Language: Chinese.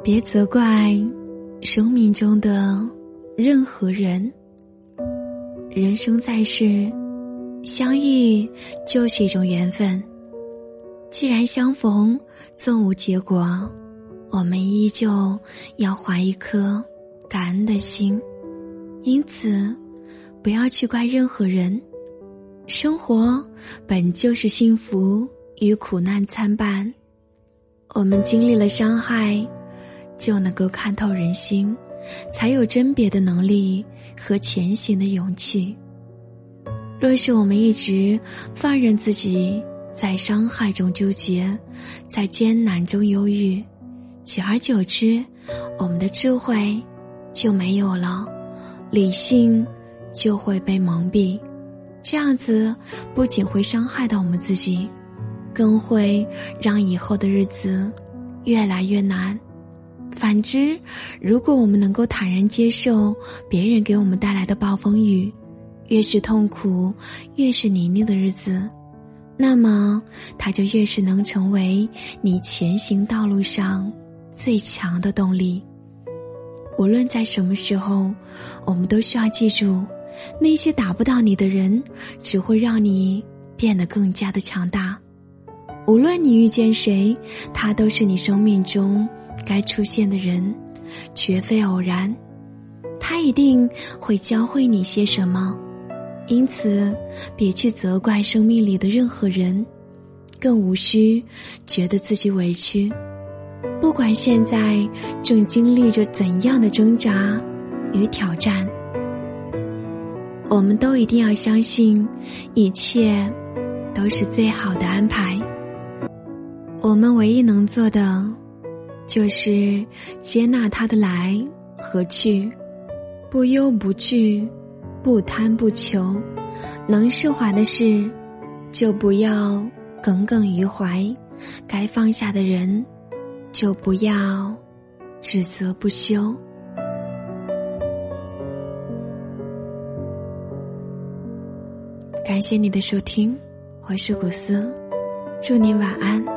别责怪生命中的任何人。人生在世，相遇就是一种缘分。既然相逢纵无结果，我们依旧要怀一颗感恩的心。因此，不要去怪任何人。生活本就是幸福与苦难参半，我们经历了伤害，就能够看透人心，才有甄别的能力和前行的勇气。若是我们一直放任自己在伤害中纠结，在艰难中忧郁，久而久之，我们的智慧就没有了，理性就会被蒙蔽。这样子不仅会伤害到我们自己，更会让以后的日子越来越难。反之，如果我们能够坦然接受别人给我们带来的暴风雨，越是痛苦，越是泥泞的日子，那么它就越是能成为你前行道路上最强的动力。无论在什么时候，我们都需要记住，那些打不到你的人，只会让你变得更加的强大。无论你遇见谁，他都是你生命中该出现的人，绝非偶然。他一定会教会你些什么，因此别去责怪生命里的任何人，更无需觉得自己委屈。不管现在正经历着怎样的挣扎与挑战，我们都一定要相信，一切都是最好的安排。我们唯一能做的，就是接纳它的来和去，不忧不惧，不贪不求。能释怀的事，就不要耿耿于怀；该放下的人，就不要指责不休。感谢你的收听，我是古斯，祝你晚安。